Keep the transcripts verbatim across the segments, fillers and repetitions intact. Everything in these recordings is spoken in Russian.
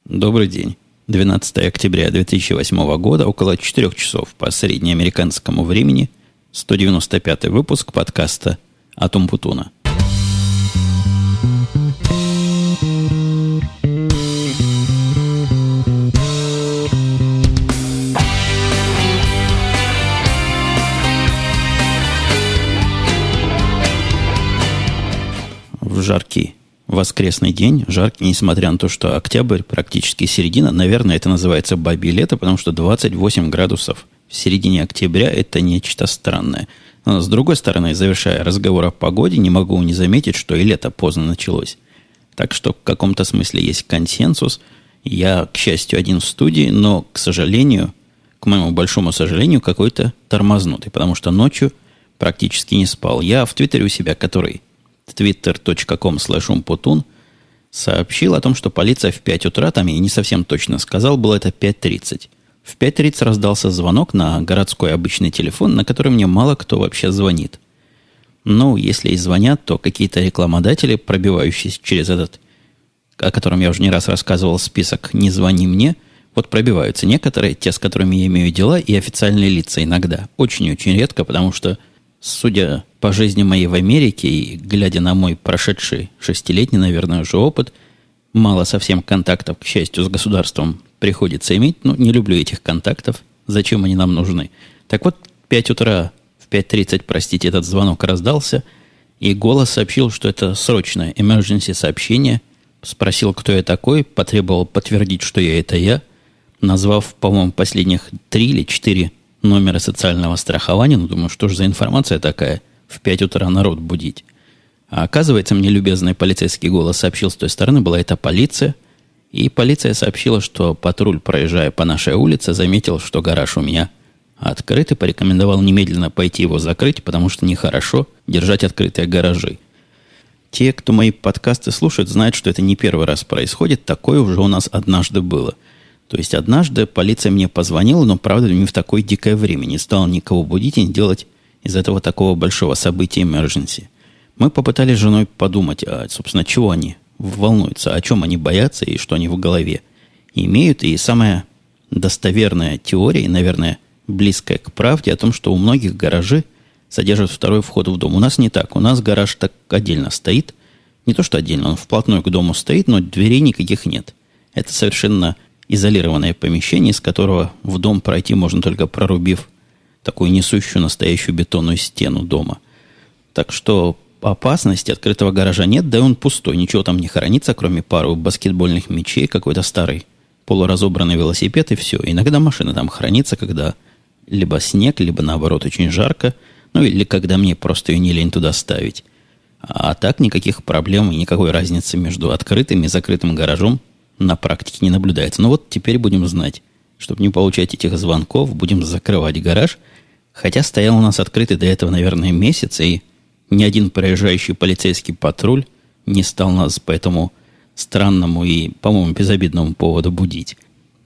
Добрый день. двенадцатое октября две тысячи восьмого года, около четырех часов по среднеамериканскому времени, сто девяносто пятый выпуск подкаста «Атум Путуна». В жаркий воскресный день, жаркий, несмотря на то, что октябрь, практически середина, наверное, это называется бабье лето, потому что двадцать восемь градусов в середине октября – это нечто странное. Но, с другой стороны, завершая разговор о погоде, не могу не заметить, что и лето поздно началось. Так что в каком-то смысле есть консенсус. Я, к счастью, один в студии, но, к сожалению, к моему большому сожалению, какой-то тормознутый, потому что ночью практически не спал. Я в Твиттере у себя, который твиттер точка ком слэш умпутун, сообщил о том, что полиция в пять утра, там я не совсем точно сказал, было это пять тридцать. В пять тридцать раздался звонок на городской обычный телефон, на который мне мало кто вообще звонит. Ну, если и звонят, то какие-то рекламодатели, пробивающиеся через этот, о котором я уже не раз рассказывал, список «Не звони мне», вот пробиваются некоторые, те, с которыми я имею дела, и официальные лица иногда. Очень-очень редко, потому что, судя по жизни моей в Америке и глядя на мой прошедший шестилетний, наверное, уже опыт, мало совсем контактов, к счастью, с государством приходится иметь. Ну, не люблю этих контактов. Зачем они нам нужны? Так вот, в пять утра, в пять тридцать, простите, этот звонок раздался, и голос сообщил, что это срочное emergency сообщение. Спросил, кто я такой, потребовал подтвердить, что я это я, назвав, по-моему, последних три или четыре номера социального страхования. Ну, думаю, что же за информация такая? В пять утра народ будить. А оказывается, мне любезный полицейский голос сообщил с той стороны, была это полиция. И полиция сообщила, что патруль, проезжая по нашей улице, заметил, что гараж у меня открыт, и порекомендовал немедленно пойти его закрыть, потому что нехорошо держать открытые гаражи. Те, кто мои подкасты слушает, знают, что это не первый раз происходит. Такое уже у нас однажды было. То есть однажды полиция мне позвонила, но, правда, не в такое дикое время. Не стала никого будить и не делать из этого такого большого события emergency. Мы попытались с женой подумать, а, собственно, чего они волнуются, о чем они боятся и что они в голове имеют. И самая достоверная теория, и, наверное, близкая к правде, о том, что у многих гаражи содержат второй вход в дом. У нас не так. У нас гараж так отдельно стоит. Не то, что отдельно, он вплотную к дому стоит, но дверей никаких нет. Это совершенно изолированное помещение, из которого в дом пройти можно только прорубив такую несущую настоящую бетонную стену дома. Так что опасности открытого гаража нет, да и он пустой. Ничего там не хранится, кроме пары баскетбольных мячей, какой-то старый полуразобранный велосипед и все. Иногда машина там хранится, когда либо снег, либо наоборот очень жарко, ну или когда мне просто ее не лень туда ставить. А так никаких проблем и никакой разницы между открытым и закрытым гаражом на практике не наблюдается. Но вот теперь будем знать. Чтобы не получать этих звонков, будем закрывать гараж. Хотя стоял у нас открытый до этого, наверное, месяц, и ни один проезжающий полицейский патруль не стал нас по этому странному и, по-моему, безобидному поводу будить.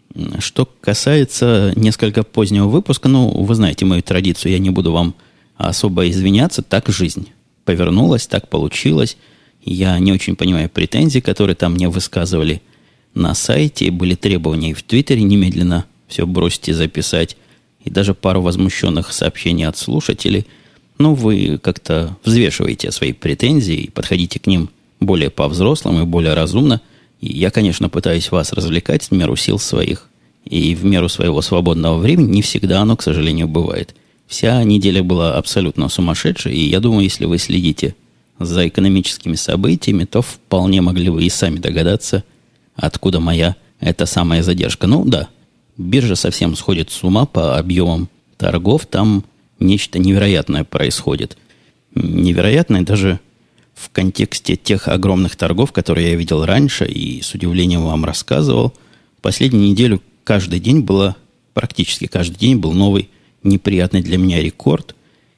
Что касается несколько позднего выпуска, ну, вы знаете мою традицию, я не буду вам особо извиняться, так жизнь повернулась, так получилось. Я не очень понимаю претензий, которые там мне высказывали на сайте, были требования и в Твиттере немедленно все бросить и записать, и даже пару возмущенных сообщений от слушателей. Ну, вы как-то взвешиваете свои претензии и подходите к ним более по-взрослому и более разумно. И я, конечно, пытаюсь вас развлекать в меру сил своих и в меру своего свободного времени. Не всегда оно, к сожалению, бывает. Вся неделя была абсолютно сумасшедшей, и я думаю, если вы следите за экономическими событиями, то вполне могли вы и сами догадаться, откуда моя эта самая задержка. Ну, да, биржа совсем сходит с ума по объемам торгов, там нечто невероятное происходит. Невероятное даже в контексте тех огромных торгов, которые я видел раньше и с удивлением вам рассказывал. Последнюю неделю каждый день было, практически каждый день был новый неприятный для меня рекорд.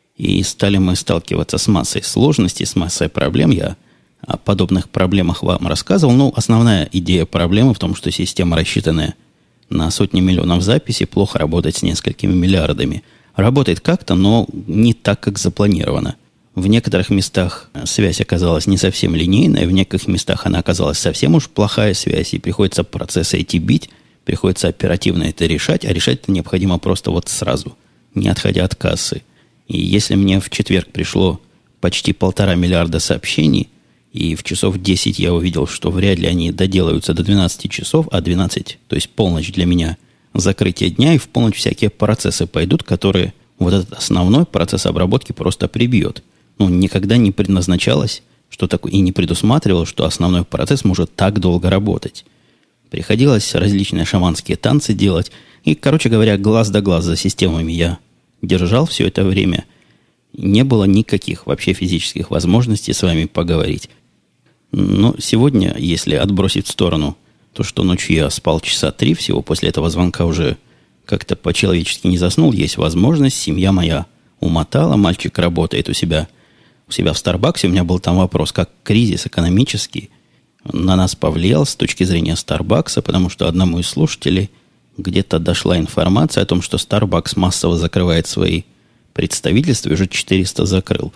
И стали мы сталкиваться с массой сложностей, с массой проблем. Я о подобных проблемах вам рассказывал. Ну, основная идея проблемы в том, что система, рассчитанная на сотни миллионов записей, плохо работает с несколькими миллиардами. Работает как-то, но не так, как запланировано. В некоторых местах связь оказалась не совсем линейная, в некоторых местах она оказалась совсем уж плохая связь, и приходится процессы эти бить, приходится оперативно это решать, а решать это необходимо просто вот сразу, не отходя от кассы. И если мне в четверг пришло почти полтора миллиарда сообщений, и в часов десять я увидел, что вряд ли они доделаются до двенадцати часов, а двенадцать, то есть полночь для меня закрытие дня, и в полночь всякие процессы пойдут, которые вот этот основной процесс обработки просто прибьет. Ну, никогда не предназначалось, что такое, и не предусматривалось, что основной процесс может так долго работать. Приходилось различные шаманские танцы делать. И, короче говоря, глаз да глаз за системами я держал все это время. Не было никаких вообще физических возможностей с вами поговорить. Но сегодня, если отбросить в сторону то, что ночью я спал часа три всего, после этого звонка уже как-то по-человечески не заснул, есть возможность, семья моя умотала, мальчик работает у себя у себя в Старбаксе. У меня был там вопрос, как кризис экономический на нас повлиял с точки зрения Старбакса, потому что одному из слушателей где-то дошла информация о том, что Starbucks массово закрывает свои представительства и уже четыреста закрыл.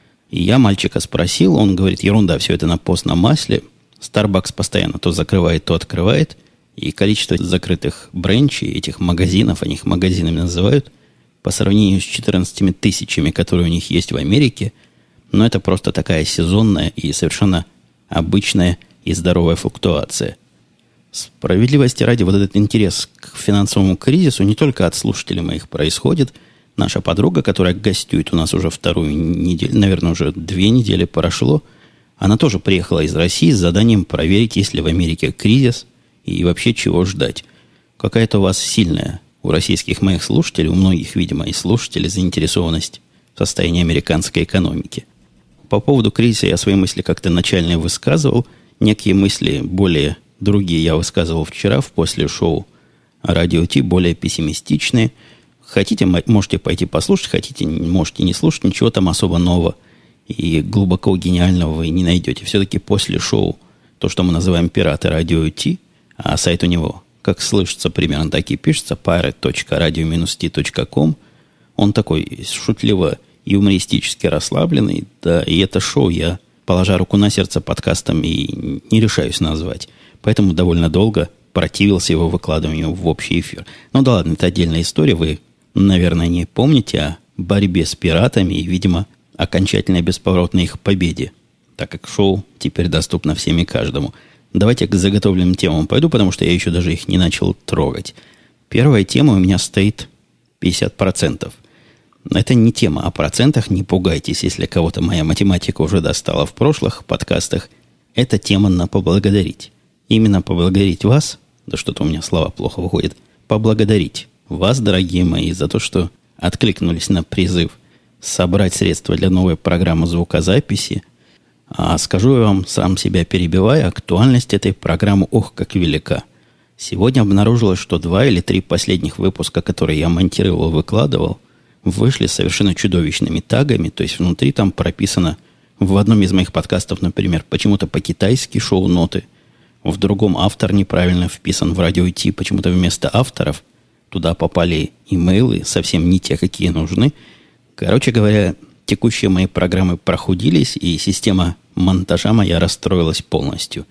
И я мальчика спросил, он говорит, ерунда, все это на постном масле. Starbucks постоянно то закрывает, то открывает. И количество закрытых бренчей, этих магазинов, они их магазинами называют, по сравнению с четырнадцатью тысячами, которые у них есть в Америке, но это просто такая сезонная и совершенно обычная и здоровая флуктуация. Справедливости ради, вот этот интерес к финансовому кризису не только от слушателей моих происходит. Наша подруга, которая гостюет у нас уже вторую неделю, наверное, уже две недели прошло, она тоже приехала из России с заданием проверить, есть ли в Америке кризис и вообще чего ждать. Какая-то у вас сильная, у российских моих слушателей, у многих, видимо, и слушателей, заинтересованность в состоянии американской экономики. По поводу кризиса я свои мысли как-то начально высказывал. Некие мысли более другие я высказывал вчера в после шоу Радио Ти, более пессимистичные. Хотите, можете пойти послушать, хотите, можете не слушать. Ничего там особо нового и глубоко гениального вы не найдете. Все-таки после шоу, то, что мы называем «Пираты Радио Ти», а сайт у него, как слышится, примерно так и пишется, pirate точка radio dash t точка com, он такой шутливо юмористически расслабленный, да, и это шоу я, положа руку на сердце, подкастом и не решаюсь назвать. Поэтому довольно долго противился его выкладыванию в общий эфир. Ну да ладно, это отдельная история, вы, наверное, не помните о борьбе с пиратами и, видимо, окончательной бесповоротной их победе, так как шоу теперь доступно всем и каждому. Давайте к заготовленным темам пойду, потому что я еще даже их не начал трогать. Первая тема у меня стоит пятьдесят процентов. Это не тема о процентах, не пугайтесь, если кого-то моя математика уже достала в прошлых подкастах. Это тема на поблагодарить. Именно поблагодарить вас, да что-то у меня слова плохо выходят, поблагодарить вас, дорогие мои, за то, что откликнулись на призыв собрать средства для новой программы звукозаписи. А скажу я вам, сам себя перебивая, актуальность этой программы ох, как велика. Сегодня обнаружилось, что два или три последних выпуска, которые я монтировал и выкладывал, вышли с совершенно чудовищными тагами, то есть внутри там прописано в одном из моих подкастов, например, почему-то по-китайски шоу-ноты, в другом автор неправильно вписан в Радио Ти, почему-то вместо авторов туда попали имейлы, совсем не те, какие нужны. Короче говоря, текущие мои программы прохудились, и система монтажа моя расстроилась полностью.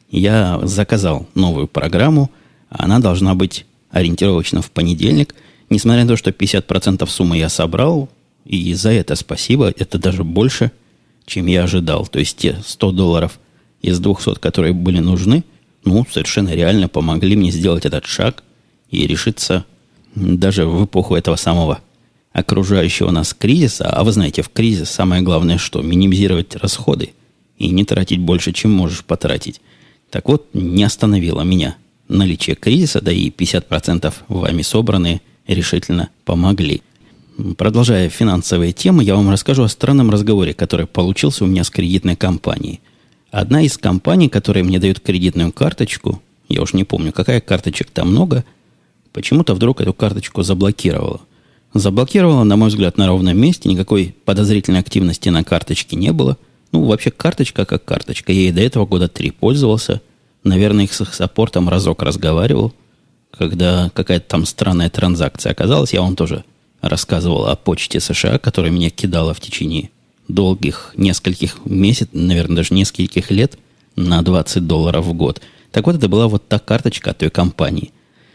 Я заказал новую программу, она должна быть ориентировочно в понедельник. Несмотря на то, что пятьдесят процентов суммы я собрал, и за это спасибо, это даже больше, чем я ожидал. То есть те сто долларов из двухсот, которые были нужны, ну, совершенно реально помогли мне сделать этот шаг и решиться даже в эпоху этого самого окружающего нас кризиса. А вы знаете, в кризис самое главное что? Минимизировать расходы и не тратить больше, чем можешь потратить. Так вот, не остановило меня наличие кризиса, да и пятьдесят процентов вами собранные решительно помогли. Продолжая финансовые темы, я вам расскажу о странном разговоре, который получился у меня с кредитной компанией. Одна из компаний, которая мне дает кредитную карточку, я уж не помню, какая карточек там много, почему-то вдруг эту карточку заблокировала. Заблокировала, на мой взгляд, на ровном месте, никакой подозрительной активности на карточке не было. Ну, вообще, карточка как карточка. Я и до этого года три пользовался. Наверное, их с их саппортом разок разговаривал. Когда какая-то там странная транзакция оказалась, я вам тоже рассказывал о почте США, которая меня кидала в течение долгих нескольких месяцев, наверное, даже нескольких лет на двадцать долларов в год. Так вот, это была вот та карточка от той компании.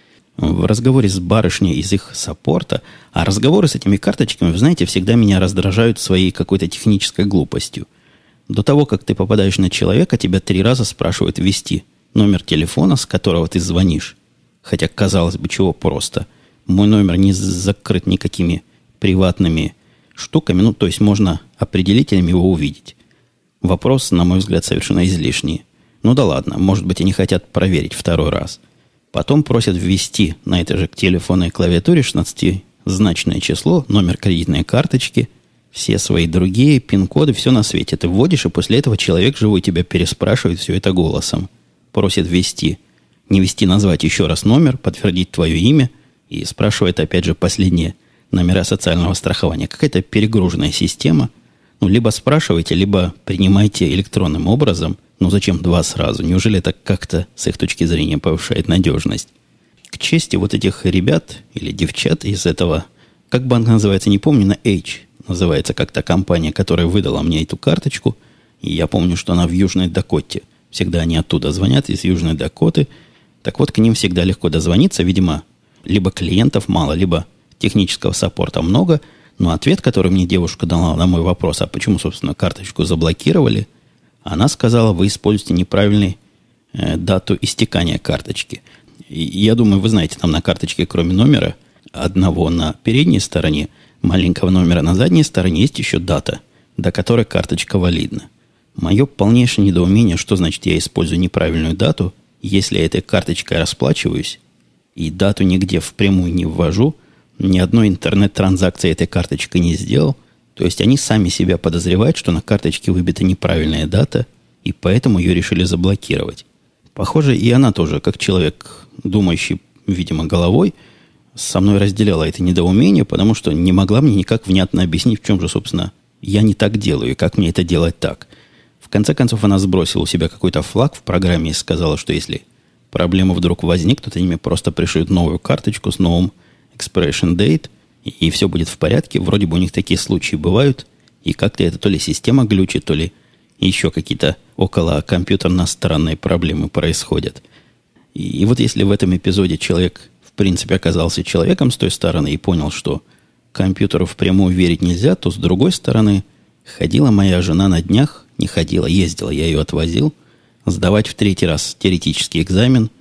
В разговоре с барышней из их саппорта, а разговоры с этими карточками, вы знаете, всегда меня раздражают своей какой-то технической глупостью. До того, как ты попадаешь на человека, тебя три раза спрашивают ввести номер телефона, с которого ты звонишь. Хотя, казалось бы, чего просто. Мой номер не закрыт никакими приватными штуками, ну, то есть можно определителем его увидеть. Вопрос, на мой взгляд, совершенно излишний. Ну да ладно, может быть, они хотят проверить второй раз. Потом просят ввести на этой же телефонной клавиатуре шестнадцатизначное число, номер кредитной карточки, все свои другие пин-коды, все на свете. Ты вводишь, и после этого человек живой тебя переспрашивает все это голосом. Просит ввести. Не ввести, назвать еще раз номер, подтвердить твое имя и спрашивает опять же последние номера социального страхования. Какая-то перегруженная система. Ну, либо спрашивайте, либо принимайте электронным образом. Ну, зачем два сразу? Неужели это как-то с их точки зрения повышает надежность? К чести вот этих ребят или девчат из этого, как банк называется, не помню, на H называется как-то компания, которая выдала мне эту карточку. И я помню, что она в Южной Дакоте. Всегда они оттуда звонят, из Южной Дакоты. Так вот, к ним всегда легко дозвониться. Видимо, либо клиентов мало, либо технического саппорта много. Но ответ, который мне девушка дала на мой вопрос, а почему, собственно, карточку заблокировали, она сказала, вы используете неправильную э, дату истекания карточки. И я думаю, вы знаете, там на карточке, кроме номера, одного на передней стороне, маленького номера на задней стороне, есть еще дата, до которой карточка валидна. Мое полнейшее недоумение, что значит я использую неправильную дату, если я этой карточкой расплачиваюсь, и дату нигде впрямую не ввожу, ни одной интернет-транзакции этой карточкой не сделал. То есть они сами себя подозревают, что на карточке выбита неправильная дата, и поэтому ее решили заблокировать. Похоже, и она тоже, как человек, думающий, видимо, головой, со мной разделяла это недоумение, потому что не могла мне никак внятно объяснить, в чем же, собственно, я не так делаю, и как мне это делать так. В конце концов, она сбросила у себя какой-то флаг в программе и сказала, что если проблема вдруг возникнет, они мне просто пришлют новую карточку с новым expiration date, и, и все будет в порядке. Вроде бы у них такие случаи бывают, и как-то это то ли система глючит, то ли еще какие-то около компьютерно странные проблемы происходят. И, и вот если в этом эпизоде человек, в принципе, оказался человеком с той стороны и понял, что компьютеру впрямую верить нельзя, то с другой стороны ходила моя жена на днях, не ходила, ездила, я ее отвозил, сдавать в третий раз теоретический экзамен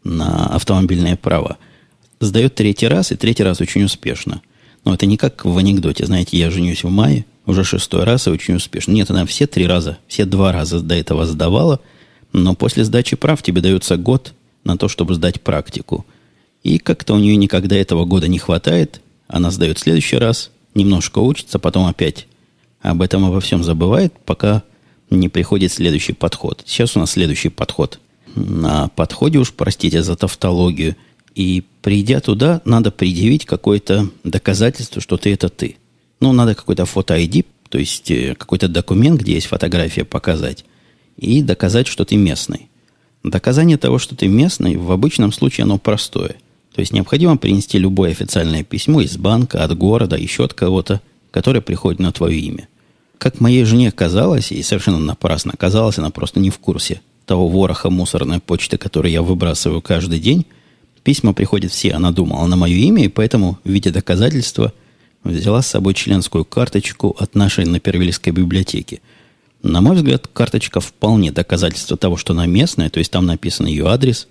на автомобильное право. Сдает третий раз, и третий раз очень успешно. Но это не как в анекдоте, знаете, я женюсь в мае, уже шестой раз и очень успешно. Нет, она все три раза, все два раза до этого сдавала, но после сдачи прав тебе дается год на то, чтобы сдать практику. И как-то у нее никогда этого года не хватает. Она сдает в следующий раз, немножко учится, потом опять об этом обо всем забывает, пока не приходит следующий подход. Сейчас у нас следующий подход. На подходе уж, простите за тавтологию, и придя туда, надо предъявить какое-то доказательство, что ты это ты. Ну, надо какой-то фото-ай ди, то есть какой-то документ, где есть фотография, показать, и доказать, что ты местный. Доказание того, что ты местный, в обычном случае оно простое. То есть необходимо принести любое официальное письмо из банка, от города, еще от кого-то, которое приходит на твое имя. Как моей жене казалось, и совершенно напрасно казалось, она просто не в курсе того вороха мусорной почты, который я выбрасываю каждый день. Письма приходят все, она думала на мое имя, и поэтому в виде доказательства взяла с собой членскую карточку от нашей Напервильской библиотеки. На мой взгляд, карточка вполне доказательство того, что она местная, то есть там написан ее адрес,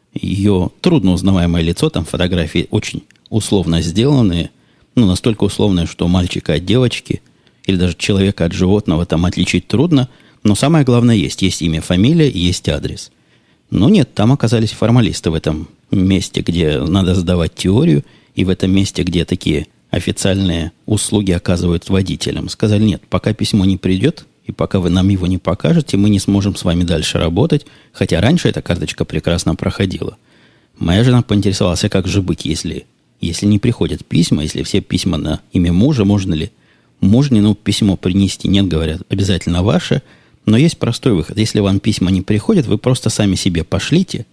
ее трудно узнаваемое лицо, там фотографии очень условно сделанные, ну, настолько условные, что мальчика от девочки или даже человека от животного там отличить трудно, но самое главное есть. Есть имя, фамилия и есть адрес. Но нет, там оказались формалисты в этом месте, где надо сдавать теорию, и в этом месте, где такие официальные услуги оказывают водителям. Сказали, нет, пока письмо не придет, и пока вы нам его не покажете, мы не сможем с вами дальше работать, хотя раньше эта карточка прекрасно проходила. Моя жена поинтересовалась, а как же быть, если, если не приходят письма, если все письма на имя мужа, можно ли, можно ли ну, письмо принести? Нет, говорят, обязательно ваше, но есть простой выход. Если вам письма не приходят, вы просто сами себе пошлите,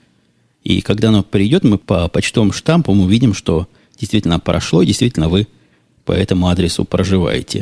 и когда оно придет, мы по почтовым штампам увидим, что действительно прошло, и действительно вы по этому адресу проживаете.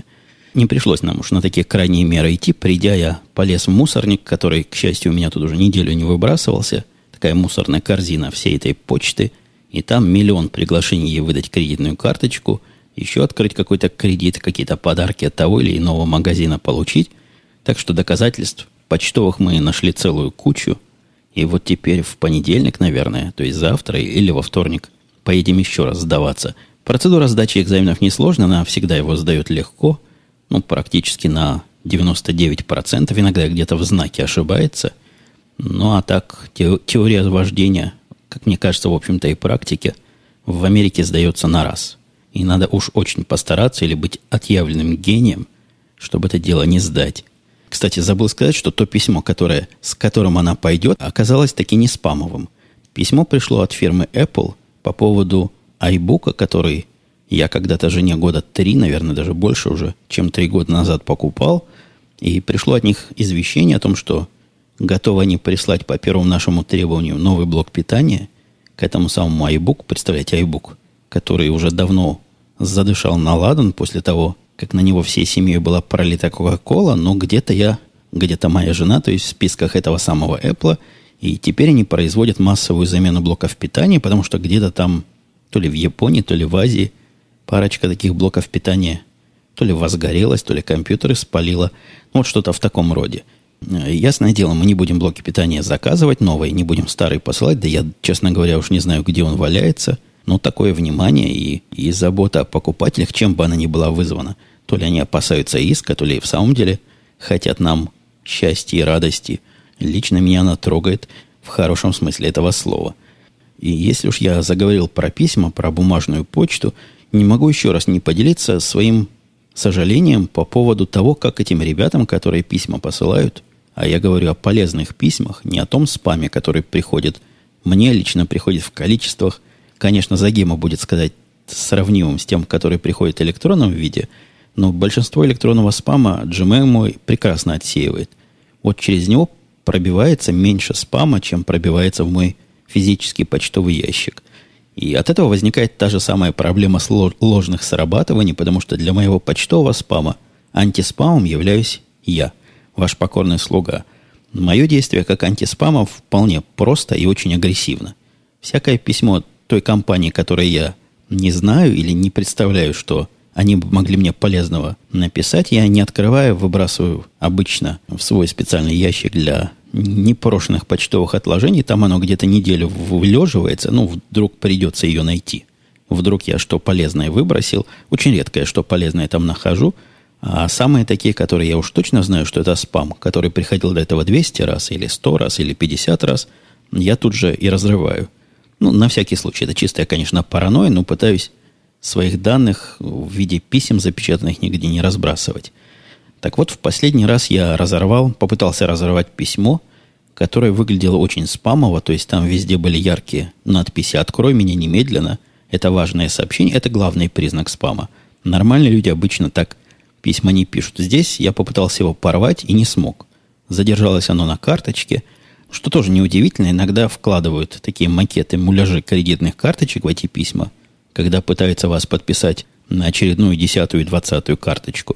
Не пришлось нам уж на такие крайние меры идти. Придя, я полез в мусорник, который, к счастью, у меня тут уже неделю не выбрасывался. Такая мусорная корзина всей этой почты. И там миллион приглашений ей выдать кредитную карточку, еще открыть какой-то кредит, какие-то подарки от того или иного магазина получить. Так что доказательств почтовых мы нашли целую кучу. И вот теперь в понедельник, наверное, то есть завтра или во вторник, поедем еще раз сдаваться. Процедура сдачи экзаменов несложная, она всегда его сдает легко. Ну, практически на девяносто девять процентов, иногда где-то в знаке ошибается. Ну, а так, те, теория вождения, как мне кажется, в общем-то и практике, в Америке сдается на раз. И надо уж очень постараться или быть отъявленным гением, чтобы это дело не сдать. Кстати, забыл сказать, что то письмо, которое, с которым она пойдет, оказалось таки не спамовым. Письмо пришло от фирмы Apple по поводу iBook, который я когда-то жене года три, наверное, даже больше уже, чем три года назад покупал. И пришло от них извещение о том, что готовы они прислать по первому нашему требованию новый блок питания к этому самому iBook. Представляете, iBook, который уже давно задышал на ладан после того, как на него всей семьей была пролита Кока-Кола, но где-то я, где-то моя жена, то есть в списках этого самого Apple, и теперь они производят массовую замену блоков питания, потому что где-то там, то ли в Японии, то ли в Азии, парочка таких блоков питания то ли возгорелась, то ли компьютеры спалила. Вот что-то в таком роде. Ясное дело, мы не будем блоки питания заказывать новые, не будем старые посылать. Да я, честно говоря, уж не знаю, где он валяется. Но такое внимание и, и забота о покупателях, чем бы она ни была вызвана. То ли они опасаются иска, то ли и в самом деле хотят нам счастья и радости. Лично меня она трогает в хорошем смысле этого слова. И если уж я заговорил про письма, про бумажную почту, не могу еще раз не поделиться своим сожалением по поводу того, как этим ребятам, которые письма посылают, а я говорю о полезных письмах, не о том спаме, который приходит, мне лично приходит в количествах, конечно, Загима будет сказать, сравнимым с тем, который приходит в электронном виде, но большинство электронного спама Gmail мой прекрасно отсеивает. Вот через него пробивается меньше спама, чем пробивается в мой физический почтовый ящик. И от этого возникает та же самая проблема ложных срабатываний, потому что для моего почтового спама антиспамом являюсь я, ваш покорный слуга. Мое действие как антиспама вполне просто и очень агрессивно. Всякое письмо той компании, которой я не знаю или не представляю, что они могли мне полезного написать, я не открываю, выбрасываю обычно в свой специальный ящик для непрошенных почтовых отложений. Там оно где-то неделю вылеживается, ну, вдруг придется ее найти. Вдруг я что полезное выбросил. Очень редко я что полезное там нахожу. А самые такие, которые я уж точно знаю, что это спам, который приходил до этого двести раз, или сто раз, или пятьдесят раз, я тут же и разрываю. Ну, на всякий случай. Это чистая, конечно, паранойя, но пытаюсь своих данных в виде писем запечатанных нигде не разбрасывать. Так вот, в последний раз я разорвал, попытался разорвать письмо, которое выглядело очень спамово, то есть там везде были яркие надписи «Открой меня немедленно». Это важное сообщение, это главный признак спама. Нормальные люди обычно так письма не пишут. Здесь я попытался его порвать и не смог. Задержалось оно на карточке, что тоже неудивительно. Иногда вкладывают такие макеты, муляжи кредитных карточек в эти письма, когда пытаются вас подписать на очередную десятую и двадцатую карточку.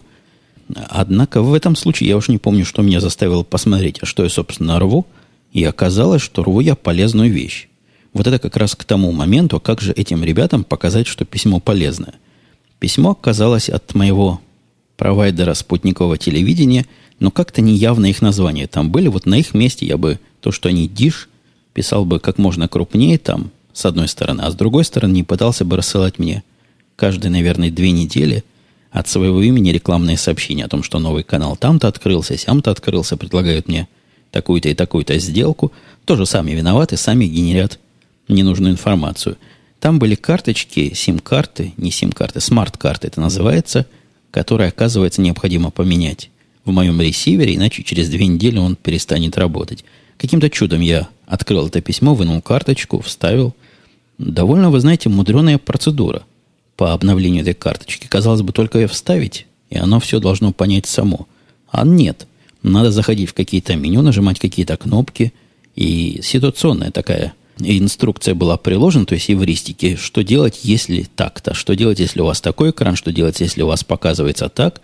Однако в этом случае я уж не помню, что меня заставило посмотреть, а что я, собственно, рву. И оказалось, что рву я полезную вещь. Вот это как раз к тому моменту, как же этим ребятам показать, что письмо полезное. Письмо оказалось от моего провайдера спутникового телевидения, но как-то неявно их названия там были. Вот на их месте я бы то, что они Dish, писал бы как можно крупнее там, с одной стороны, а с другой стороны не пытался бы рассылать мне каждые, наверное, две недели от своего имени рекламные сообщения о том, что новый канал там-то открылся, сям-то открылся, предлагают мне такую-то и такую-то сделку. Тоже сами виноваты, сами генерят ненужную информацию. Там были карточки, сим-карты, не сим-карты, смарт-карты это называется, которые, оказывается, необходимо поменять в моем ресивере, иначе через две недели он перестанет работать. Каким-то чудом я открыл это письмо, вынул карточку, вставил. Довольно, вы знаете, мудреная процедура по обновлению этой карточки. Казалось бы, только ее вставить, и оно все должно понять само. А нет. Надо заходить в какие-то меню, нажимать какие-то кнопки. И ситуационная такая инструкция была приложена, то есть эвристики, что делать, если так-то, что делать, если у вас такой экран, что делать, если у вас показывается так.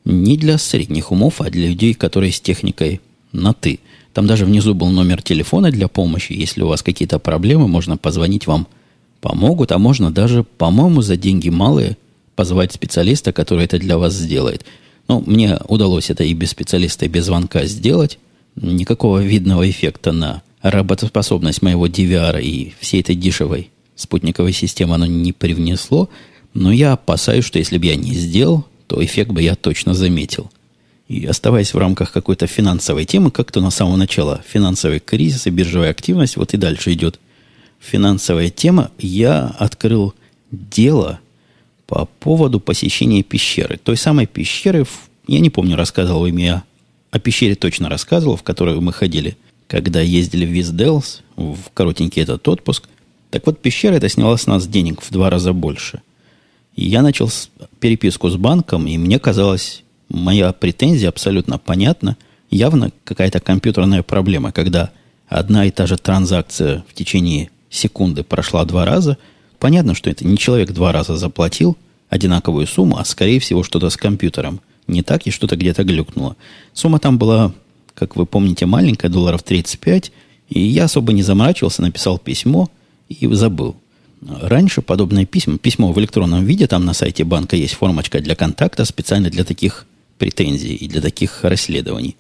не для средних умов, а для людей, которые с техникой на «ты». Там даже внизу был номер телефона для помощи. Если у вас какие-то проблемы, можно позвонить, вам помогут, а можно даже, по-моему, за деньги малые позвать специалиста, который это для вас сделает. Ну, мне удалось это и без специалиста, и без звонка сделать. Никакого видного эффекта на работоспособность моего ди ви ар и всей этой дешевой спутниковой системы оно не привнесло. Но я опасаюсь, что если бы я не сделал, то эффект бы я точно заметил. И оставаясь в рамках какой-то финансовой темы, как-то на самого начала финансовый кризис и биржевая активность, вот и дальше идет финансовая тема, я открыл дело по поводу посещения пещеры. Той самой пещеры, я не помню, рассказывал им я, о пещере точно рассказывал, в которую мы ходили, когда ездили в Визделс, в коротенький этот отпуск. Так вот, пещера эта сняла с нас денег в два раза больше. И я начал переписку с банком, и мне казалось, моя претензия абсолютно понятна. Явно какая-то компьютерная проблема, когда одна и та же транзакция в течение секунды прошла два раза. Понятно, что это не человек два раза заплатил одинаковую сумму, а скорее всего что-то с компьютером не так, и что-то где-то глюкнуло. Сумма там была, как вы помните, маленькая, долларов тридцать пять, и я особо не заморачивался, написал письмо и забыл. Раньше подобные письма, письмо в электронном виде, там на сайте банка есть формочка для контакта, специально для таких претензий и для таких расследований.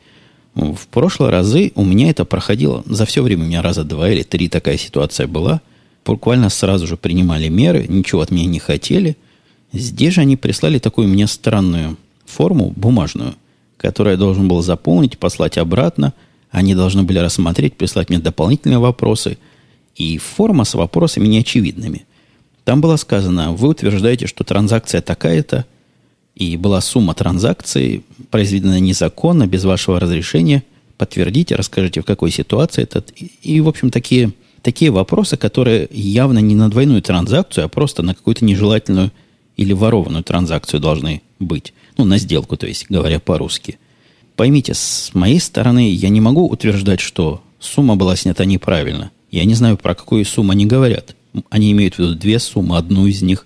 В прошлые разы у меня это проходило, за все время у меня раза два или три такая ситуация была. Буквально сразу же принимали меры, ничего от меня не хотели. Здесь же они прислали такую мне странную форму, бумажную, которую я должен был заполнить, послать обратно. Они должны были рассмотреть, прислать мне дополнительные вопросы. И форма с вопросами неочевидными. Там было сказано, вы утверждаете, что транзакция такая-то, и была сумма транзакции, произведена незаконно, без вашего разрешения. Подтвердите, расскажите, в какой ситуации это. И, и в общем, такие, такие вопросы, которые явно не на двойную транзакцию, а просто на какую-то нежелательную или ворованную транзакцию должны быть. Ну, на сделку, то есть, говоря по-русски. Поймите, с моей стороны, я не могу утверждать, что сумма была снята неправильно. Я не знаю, про какую сумму они говорят. Они имеют в виду две суммы, одну из них.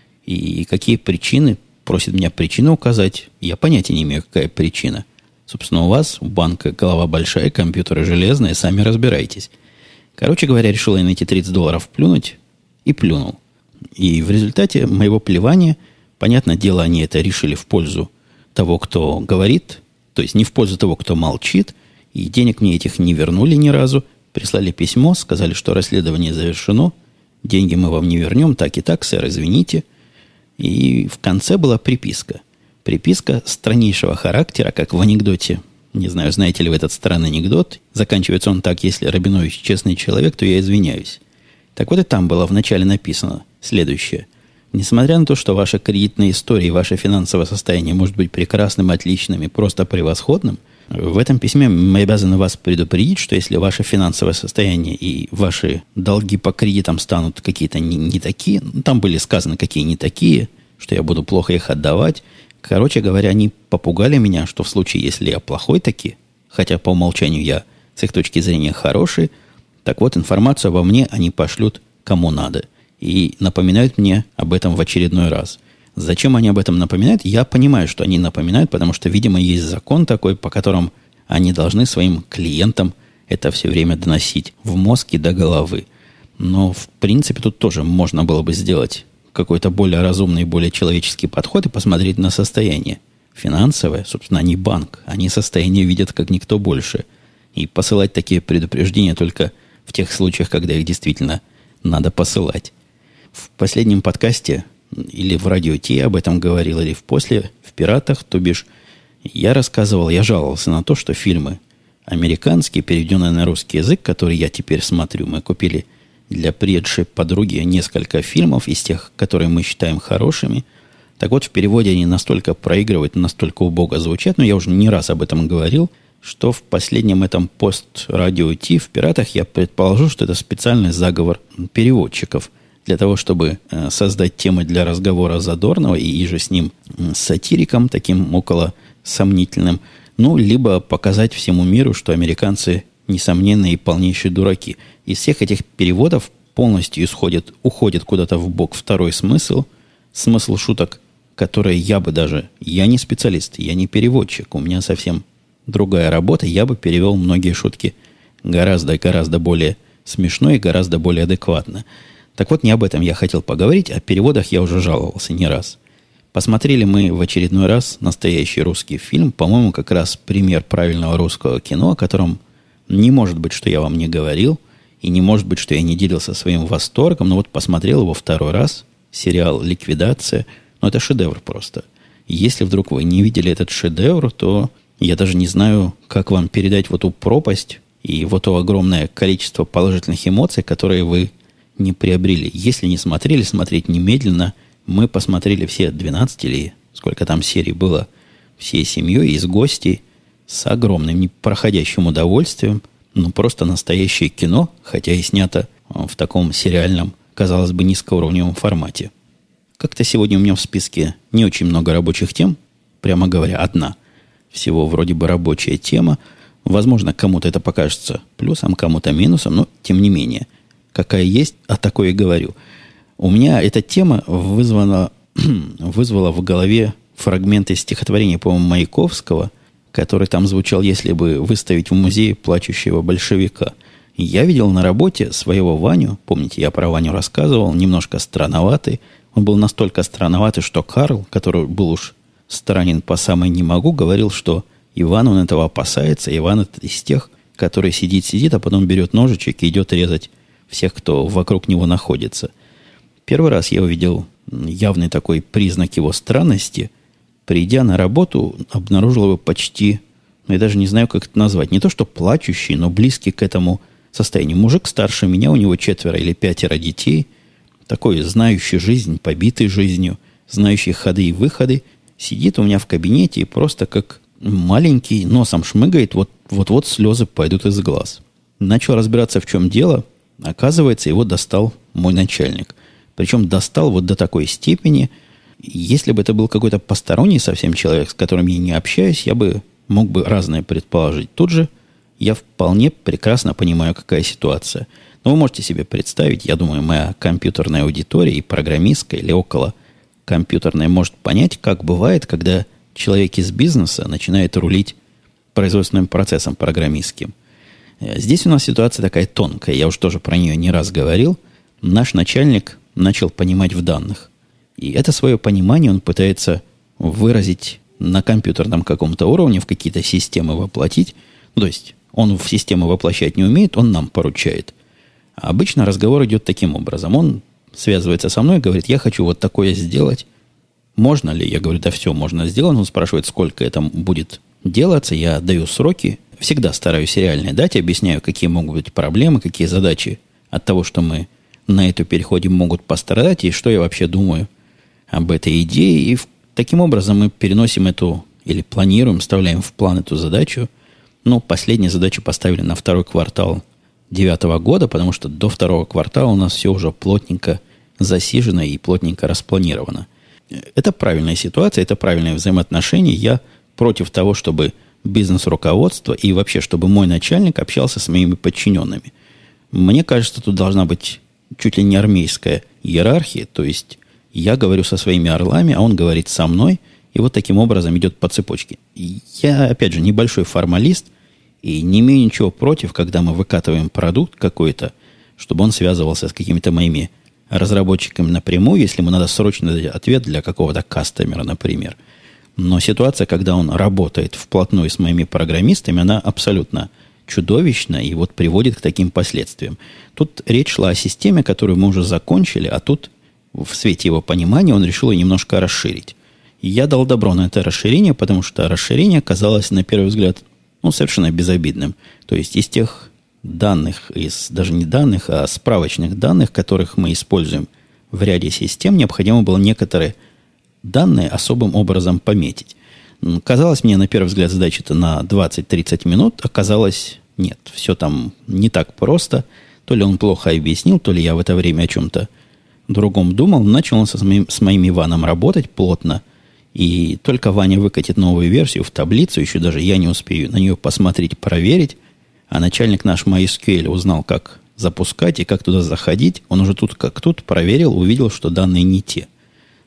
И какие причины, просят меня причину указать. Я понятия не имею, какая причина. Собственно, у вас, у банка, голова большая, компьютеры железные, сами разбирайтесь. Короче говоря, решил я на эти тридцать долларов плюнуть и плюнул. И в результате моего плевания, понятное дело, они это решили в пользу того, кто говорит, то есть не в пользу того, кто молчит, и денег мне этих не вернули ни разу. Прислали письмо, сказали, что расследование завершено, деньги мы вам не вернем, так и так, сэр, извините. И в конце была приписка. Приписка страннейшего характера, как в анекдоте. Не знаю, знаете ли вы этот странный анекдот. Заканчивается он так: если Рабинович честный человек, то я извиняюсь. Так вот и там было вначале написано следующее. Несмотря на то, что ваша кредитная история и ваше финансовое состояние может быть прекрасным, отличным и просто превосходным, в этом письме мы обязаны вас предупредить, что если ваше финансовое состояние и ваши долги по кредитам станут какие-то не, не такие, ну, там были сказаны, какие не такие, что я буду плохо их отдавать. Короче говоря, они попугали меня, что в случае, если я плохой таки, хотя по умолчанию я с их точки зрения хороший, так вот, информацию обо мне они пошлют кому надо. И напоминают мне об этом в очередной раз. Зачем они об этом напоминают? Я понимаю, что они напоминают, потому что, видимо, есть закон такой, по которому они должны своим клиентам это все время доносить в мозг и до головы. Но, в принципе, тут тоже можно было бы сделать какой-то более разумный, более человеческий подход и посмотреть на состояние финансовое. Собственно, они банк, они состояние видят как никто больше. И посылать такие предупреждения только в тех случаях, когда их действительно надо посылать. В последнем подкасте или в радио Ти об этом говорил, или в после, в «Пиратах», то бишь, я рассказывал, я жаловался на то, что фильмы американские, переведенные на русский язык, которые я теперь смотрю, мы купили для приезжей подруги несколько фильмов из тех, которые мы считаем хорошими. Так вот, в переводе они настолько проигрывают, настолько убого звучат, но я уже не раз об этом говорил, что в последнем этом пост-радио Ти в «Пиратах» я предположу, что это специальный заговор переводчиков для того, чтобы э, создать темы для разговора задорного и, и же с ним э, сатириком, таким около сомнительным, ну, либо показать всему миру, что американцы несомненные и полнейшие дураки. Из всех этих переводов полностью исходит, уходит куда-то в бок второй смысл. Смысл шуток которые я бы даже... Я не специалист, я не переводчик. У меня совсем другая работа. Я бы перевел многие шутки гораздо-гораздо более смешно и гораздо более адекватно. Так вот, не об этом я хотел поговорить. О переводах я уже жаловался не раз. Посмотрели мы в очередной раз настоящий русский фильм. По-моему, как раз пример правильного русского кино, о котором не может быть, что я вам не говорил, и не может быть, что я не делился своим восторгом. Но вот посмотрел его второй раз. Сериал «Ликвидация». Ну, это шедевр просто. Если вдруг вы не видели этот шедевр, то я даже не знаю, как вам передать вот ту пропасть и вот то огромное количество положительных эмоций, которые вы не приобрели. Если не смотрели, смотреть немедленно. Мы посмотрели все двенадцать или сколько там серий было всей семьей из гостей с огромным непроходящим удовольствием. Ну, просто настоящее кино, хотя и снято в таком сериальном, казалось бы, низкоуровневом формате. Как-то сегодня у меня в списке не очень много рабочих тем. Прямо говоря, одна всего вроде бы рабочая тема. Возможно, кому-то это покажется плюсом, кому-то минусом, но тем не менее. Какая есть, о такой и говорю. У меня эта тема вызвала, вызвала в голове фрагменты стихотворения, по-моему, Маяковского, который там звучал: «Если бы выставить в музее плачущего большевика». Я видел на работе своего Ваню, помните, я про Ваню рассказывал, немножко странноватый. Он был настолько странноватый, что Карл, который был уж странен по самой не могу, говорил, что Иван, он этого опасается. Иван — это из тех, который сидит-сидит, а потом берет ножичек и идет резать всех, кто вокруг него находится. Первый раз я увидел явный такой признак его странности. Придя на работу, обнаружил его почти, ну, я даже не знаю, как это назвать, не то что плачущий, но близкий к этому состоянию. Мужик старше меня, у него четверо или пятеро детей, такой знающий жизнь, побитый жизнью, знающий ходы и выходы, сидит у меня в кабинете и просто как маленький носом шмыгает, вот, вот-вот слезы пойдут из глаз. Начал разбираться, в чем дело. Оказывается, его достал мой начальник. Причем достал вот до такой степени, если бы это был какой-то посторонний совсем человек, с которым я не общаюсь, я бы мог бы разное предположить. Тут же я вполне прекрасно понимаю, какая ситуация. Но вы можете себе представить, я думаю, моя компьютерная аудитория и программистская или около компьютерная может понять, как бывает, когда человек из бизнеса начинает рулить производственным процессом программистским. Здесь у нас ситуация такая тонкая, я уж тоже про нее не раз говорил. Наш начальник начал понимать в данных. И это свое понимание он пытается выразить на компьютерном каком-то уровне, в какие-то системы воплотить. Ну, то есть он в систему воплощать не умеет, он нам поручает. А обычно разговор идет таким образом. Он связывается со мной и говорит: я хочу вот такое сделать. Можно ли? Я говорю: да все, можно сделать. Он спрашивает, сколько это будет делаться. Я даю сроки. Всегда стараюсь реальные дать. Объясняю, какие могут быть проблемы, какие задачи от того, что мы на эту переходим, могут пострадать, и что я вообще думаю об этой идее. И в, таким образом мы переносим эту, или планируем, вставляем в план эту задачу. Но последнюю задачу поставили на второй квартал девятого года, потому что до второго квартала у нас все уже плотненько засижено и плотненько распланировано. Это правильная ситуация, это правильное взаимоотношение. Я против того, чтобы бизнес-руководство и вообще, чтобы мой начальник общался с моими подчиненными. Мне кажется, тут должна быть чуть ли не армейская иерархия, то есть я говорю со своими орлами, а он говорит со мной, и вот таким образом идет по цепочке. Я, опять же, небольшой формалист, и не имею ничего против, когда мы выкатываем продукт какой-то, чтобы он связывался с какими-то моими разработчиками напрямую, если ему надо срочно дать ответ для какого-то кастомера, например. Но ситуация, когда он работает вплотную с моими программистами, она абсолютно чудовищна и вот приводит к таким последствиям. Тут речь шла о системе, которую мы уже закончили, а тут в свете его понимания он решил ее немножко расширить. И я дал добро на это расширение, потому что расширение казалось, на первый взгляд, ну, совершенно безобидным. То есть из тех данных, из даже не данных, а справочных данных, которых мы используем в ряде систем, необходимо было некоторые данные особым образом пометить. Казалось мне, на первый взгляд, задача-то на двадцать-тридцать минут. Оказалось, нет, все там не так просто. То ли он плохо объяснил, то ли я в это время о чем-то другом думал. Начал он со, с, моим, с моим Иваном работать плотно. И только Ваня выкатит новую версию в таблицу, еще даже я не успею на нее посмотреть, проверить. А начальник наш MySQL узнал, как запускать и как туда заходить. Он уже тут как тут проверил, увидел, что данные не те.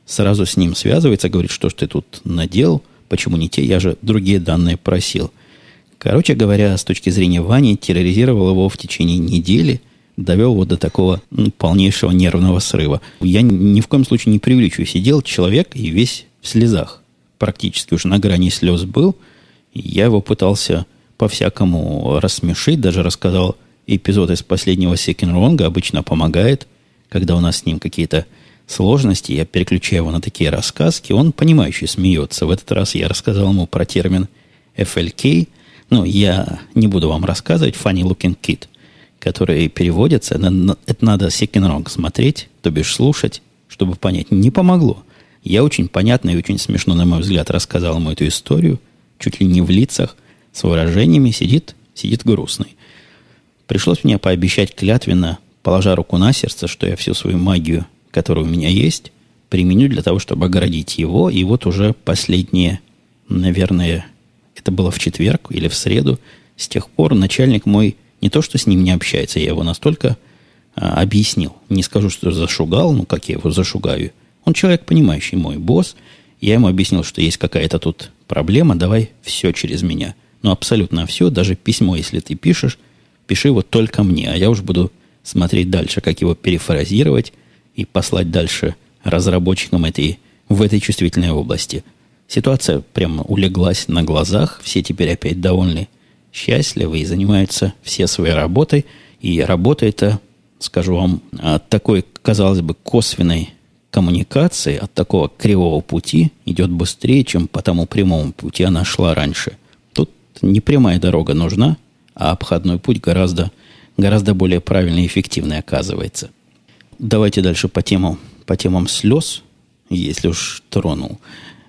сразу с ним связывается, говорит, что ж ты тут наделал, почему не те, я же другие данные просил. Короче говоря, с точки зрения Вани, терроризировал его в течение недели, довел его до такого ну, полнейшего нервного срыва. Я ни в коем случае не преувеличиваю. Сидел человек и весь в слезах. Практически уже на грани слез был. И я его пытался по-всякому рассмешить, даже рассказал эпизод из последнего Second Wrong, обычно помогает, когда у нас с ним какие-то сложности, я переключаю его на такие рассказки, он понимающе смеется. В этот раз я рассказал ему про термин эф эл кей, ну, я не буду вам рассказывать, funny looking kid, который переводится, это надо Second Wrong смотреть, то бишь слушать, чтобы понять. Не помогло. Я очень понятно и очень смешно, на мой взгляд, рассказал ему эту историю, чуть ли не в лицах, с выражениями, сидит, сидит грустный. Пришлось мне пообещать клятвенно, положа руку на сердце, что я всю свою магию, которая у меня есть, применю для того, чтобы оградить его. И вот уже последние, наверное, это было в четверг или в среду, с тех пор начальник мой не то, что с ним не общается, я его настолько а, объяснил. Не скажу, что зашугал, ну как я его зашугаю. Он человек понимающий, мой босс. Я ему объяснил, что есть какая-то тут проблема, давай все через меня. Ну, абсолютно все, даже письмо, если ты пишешь, пиши его только мне, а я уж буду смотреть дальше, как его перефразировать и послать дальше разработчикам этой, в этой чувствительной области. Ситуация прямо улеглась на глазах, все теперь опять довольны, счастливы и занимаются все своей работой. И работа эта, скажу вам, от такой, казалось бы, косвенной коммуникации, от такого кривого пути идет быстрее, чем по тому прямому пути она шла раньше. Тут не прямая дорога нужна, а обходной путь гораздо, гораздо более правильный и эффективный оказывается. Давайте дальше по темам, по темам слез, если уж тронул.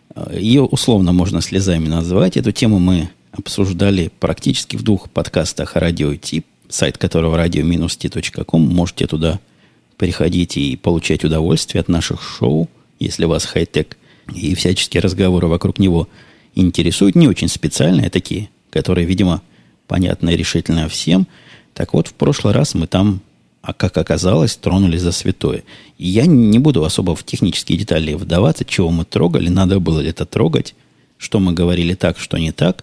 Ее условно можно слезами назвать. Эту тему мы обсуждали практически в двух подкастах «Радио Ти», сайт которого радио ти точка ком. Можете туда приходить и получать удовольствие от наших шоу, если вас хай-тек и всяческие разговоры вокруг него интересуют. Не очень специальные такие, которые, видимо, понятно и решительно всем. Так вот, в прошлый раз мы там, а как оказалось, тронули за святое. И я не буду особо в технические детали вдаваться, чего мы трогали, надо было ли это трогать, что мы говорили так, что не так.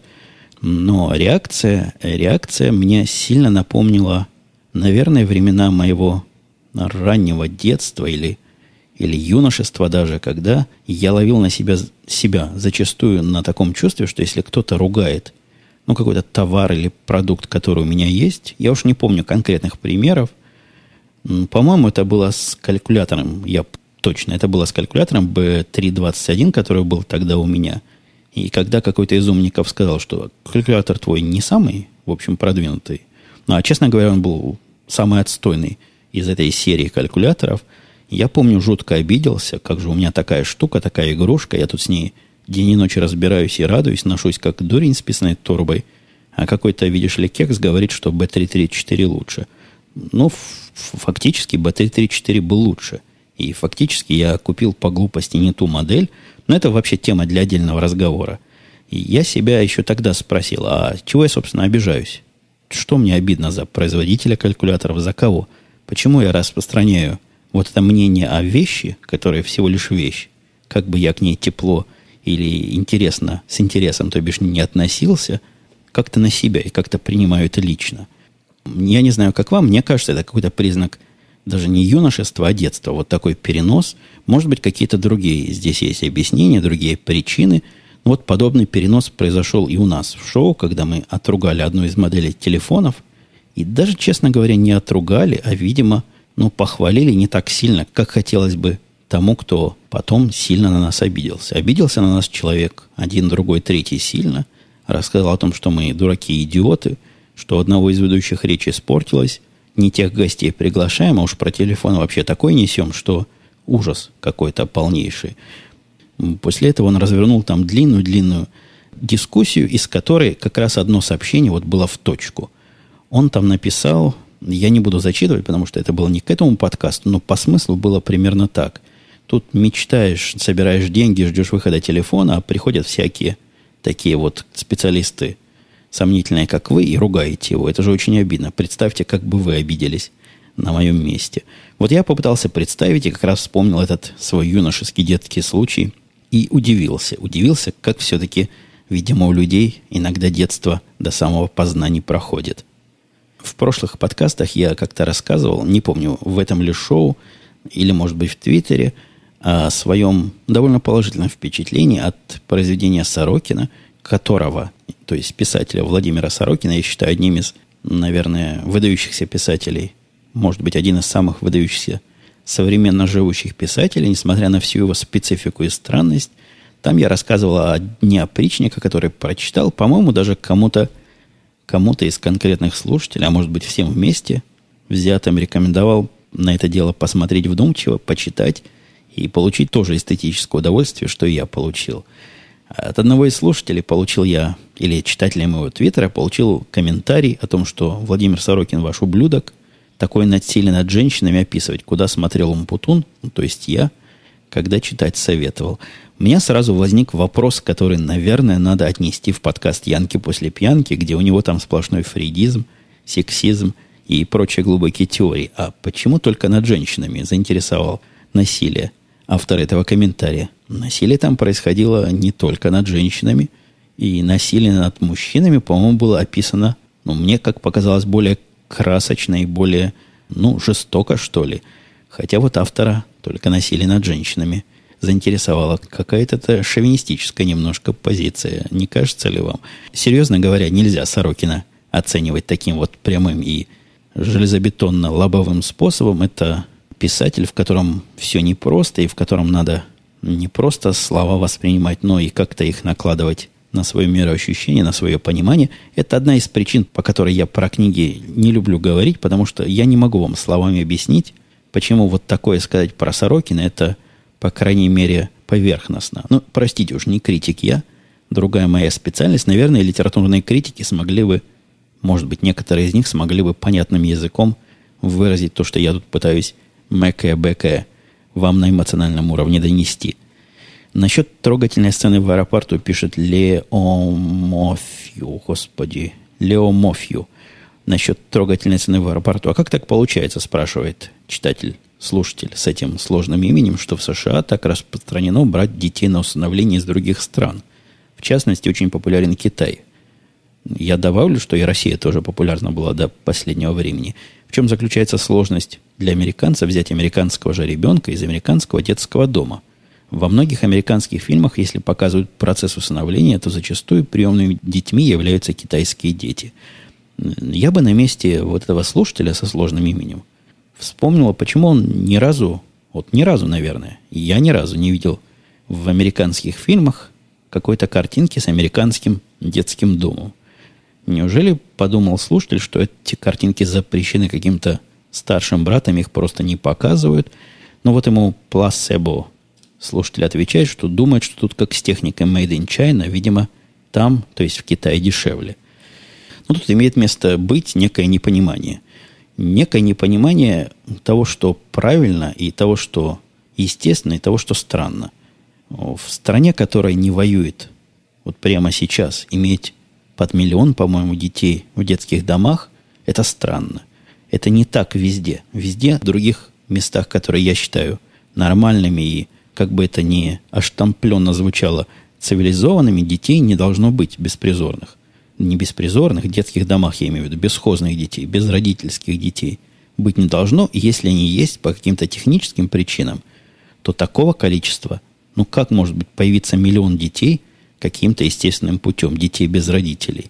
Но реакция, реакция мне сильно напомнила, наверное, времена моего раннего детства или, или юношества даже, когда я ловил на себя, себя зачастую на таком чувстве, что если кто-то ругает ну, какой-то товар или продукт, который у меня есть, я уж не помню конкретных примеров, по-моему, это было с калькулятором, я точно, это было с калькулятором би три двадцать один, который был тогда у меня. И когда какой-то из умников сказал, что калькулятор твой не самый, в общем, продвинутый, ну, а, честно говоря, он был самый отстойный из этой серии калькуляторов, я помню, жутко обиделся, как же у меня такая штука, такая игрушка, я тут с ней день и ночь разбираюсь и радуюсь, ношусь как дурень с писаной торбой, а какой-то, видишь ли, кекс говорит, что би три тридцать четыре лучше. Ну, фактически би три тридцать четыре был лучше. И фактически я купил по глупости не ту модель, но это вообще тема для отдельного разговора. И я себя еще тогда спросил, а чего я, собственно, обижаюсь? Что мне обидно за производителя калькуляторов, за кого? Почему я распространяю вот это мнение о вещи, которая всего лишь вещь, как бы я к ней тепло или интересно, с интересом, то бишь не относился, как-то на себя и как-то принимаю это лично. Я не знаю, как вам, мне кажется, это какой-то признак даже не юношества, а детства. Вот такой перенос. Может быть, какие-то другие. Здесь есть объяснения, другие причины. Но вот подобный перенос произошел и у нас в шоу, когда мы отругали одну из моделей телефонов. И даже, честно говоря, не отругали, а, видимо, ну, похвалили не так сильно, как хотелось бы тому, кто потом сильно на нас обиделся. Обиделся на нас человек один, другой, третий сильно. Рассказал о том, что мы дураки и идиоты, что у одного из ведущих речь испортилась, не тех гостей приглашаем, а уж про телефон вообще такой несем, что ужас какой-то полнейший. После этого он развернул там длинную-длинную дискуссию, из которой как раз одно сообщение вот было в точку. Он там написал, я не буду зачитывать, потому что это было не к этому подкасту, но по смыслу было примерно так. Тут мечтаешь, собираешь деньги, ждешь выхода телефона, а приходят всякие такие вот специалисты, сомнительные, как вы, и ругаете его. Это же очень обидно. Представьте, как бы вы обиделись на моем месте. Вот я попытался представить и как раз вспомнил этот свой юношеский детский случай и удивился. Удивился, как все-таки, видимо, у людей иногда детство до самого познания проходит. В прошлых подкастах я как-то рассказывал, не помню, в этом ли шоу или, может быть, в Твиттере, о своем довольно положительном впечатлении от произведения Сорокина, которого, то есть писателя Владимира Сорокина, я считаю одним из, наверное, выдающихся писателей, может быть, один из самых выдающихся современно живущих писателей, несмотря на всю его специфику и странность. Там я рассказывал о дне опричника, который прочитал, по-моему, даже кому-то, кому-то из конкретных слушателей, а может быть, всем вместе взятым рекомендовал на это дело посмотреть вдумчиво, почитать и получить тоже эстетическое удовольствие, что и я получил. От одного из слушателей получил я, или читателя моего твиттера, получил комментарий о том, что Владимир Сорокин ваш ублюдок, такое насилие над женщинами описывать, куда смотрел Умпутун, ну, то есть я, когда читать советовал. У меня сразу возник вопрос, который, наверное, надо отнести в подкаст «Янки после пьянки», где у него там сплошной фрейдизм, сексизм и прочие глубокие теории. А почему только над женщинами заинтересовал насилие автор этого комментария? Насилие там происходило не только над женщинами, и насилие над мужчинами, по-моему, было описано, ну, мне, как показалось, более красочно и более, ну, жестоко, что ли. Хотя вот автора только насилие над женщинами заинтересовала. Какая-то шовинистическая немножко позиция. Не кажется ли вам? Серьезно говоря, нельзя Сорокина оценивать таким вот прямым и железобетонно-лобовым способом. Это писатель, в котором все непросто, и в котором надо не просто слова воспринимать, но и как-то их накладывать на свое мироощущение, на свое понимание. Это одна из причин, по которой я про книги не люблю говорить, потому что я не могу вам словами объяснить, почему вот такое сказать про Сорокина, это, по крайней мере, поверхностно. Ну, простите уж, не критик я, другая моя специальность. Наверное, литературные критики смогли бы, может быть, некоторые из них смогли бы понятным языком выразить то, что я тут пытаюсь мэкая-бэкая вам на эмоциональном уровне донести. Насчет трогательной сцены в аэропорту пишет Леомофью, господи, Леомофью. Насчет трогательной сцены в аэропорту. А как так получается, спрашивает читатель, слушатель с этим сложным именем, что в США так распространено брать детей на усыновление из других стран. В частности, очень популярен Китай. Я добавлю, что и Россия тоже популярна была до последнего времени. В чем заключается сложность для американца взять американского же ребенка из американского детского дома? Во многих американских фильмах, если показывают процесс усыновления, то зачастую приемными детьми являются китайские дети. Я бы на месте вот этого слушателя со сложным именем вспомнила, почему он ни разу, вот ни разу, наверное, я ни разу не видел в американских фильмах какой-то картинки с американским детским домом. Неужели подумал слушатель, что эти картинки запрещены каким-то старшим братом, их просто не показывают? Но вот ему пласебо слушатель отвечает, что думает, что тут как с техникой Made in China, видимо, там, то есть в Китае, дешевле. Но тут имеет место быть некое непонимание. Некое непонимание того, что правильно, и того, что естественно, и того, что странно. В стране, которая не воюет вот прямо сейчас, иметь под миллион, по-моему, детей в детских домах, это странно. Это не так везде. Везде, в других местах, которые я считаю нормальными и, как бы это ни оштампленно звучало, цивилизованными, детей не должно быть беспризорных. Не беспризорных, в детских домах, я имею в виду, бесхозных детей, безродительских детей быть не должно. И если они есть по каким-то техническим причинам, то такого количества, ну как может быть появиться миллион детей каким-то естественным путем, детей без родителей?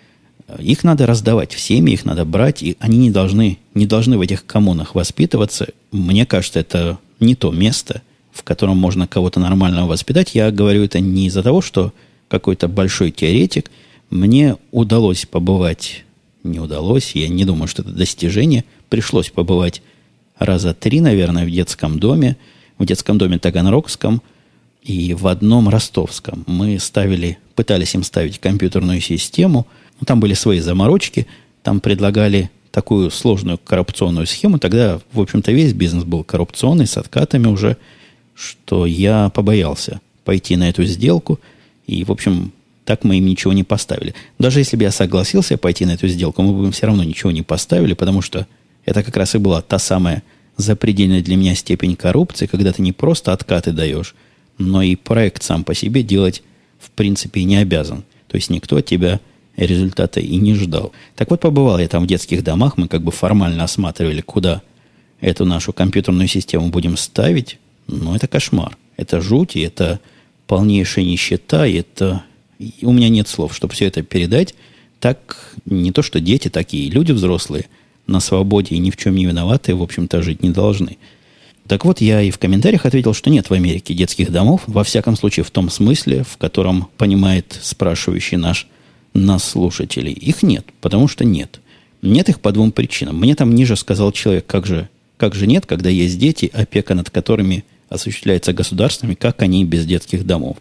Их надо раздавать в семьи, их надо брать, и они не должны, не должны в этих коммунах воспитываться. Мне кажется, это не то место, в котором можно кого-то нормального воспитать. Я говорю это не из-за того, что какой-то большой теоретик. Мне удалось побывать, не удалось, я не думаю, что это достижение, пришлось побывать раза три, наверное, в детском доме, в детском доме Таганрогском и в одном ростовском. Мы ставили, пытались им ставить компьютерную систему, ну, там были свои заморочки, там предлагали такую сложную коррупционную схему, тогда, в общем-то, весь бизнес был коррупционный, с откатами уже, что я побоялся пойти на эту сделку, и, в общем, так мы им ничего не поставили. Даже если бы я согласился пойти на эту сделку, мы бы им все равно ничего не поставили, потому что Это как раз и была та самая запредельная для меня степень коррупции, когда ты не просто откаты даешь, но и проект сам по себе делать в принципе не обязан. То есть никто от тебя результата и не ждал. Так вот, побывал я там в детских домах, мы как бы формально осматривали, куда эту нашу компьютерную систему будем ставить. Но это кошмар. Это жуть, и это полнейшая нищета, и это... И у меня нет слов, чтобы все это передать. Так не то, что дети, так и люди взрослые на свободе и ни в чем не виноватые, в общем-то, жить не должны. Так вот, я и в комментариях ответил, что нет в Америке детских домов, во всяком случае в том смысле, в котором понимает спрашивающий наш нас слушателей. Их нет, потому что нет. Нет их по двум причинам. Мне там ниже сказал человек, как же, как же нет, когда есть дети, опека над которыми осуществляется государствами, как они без детских домов.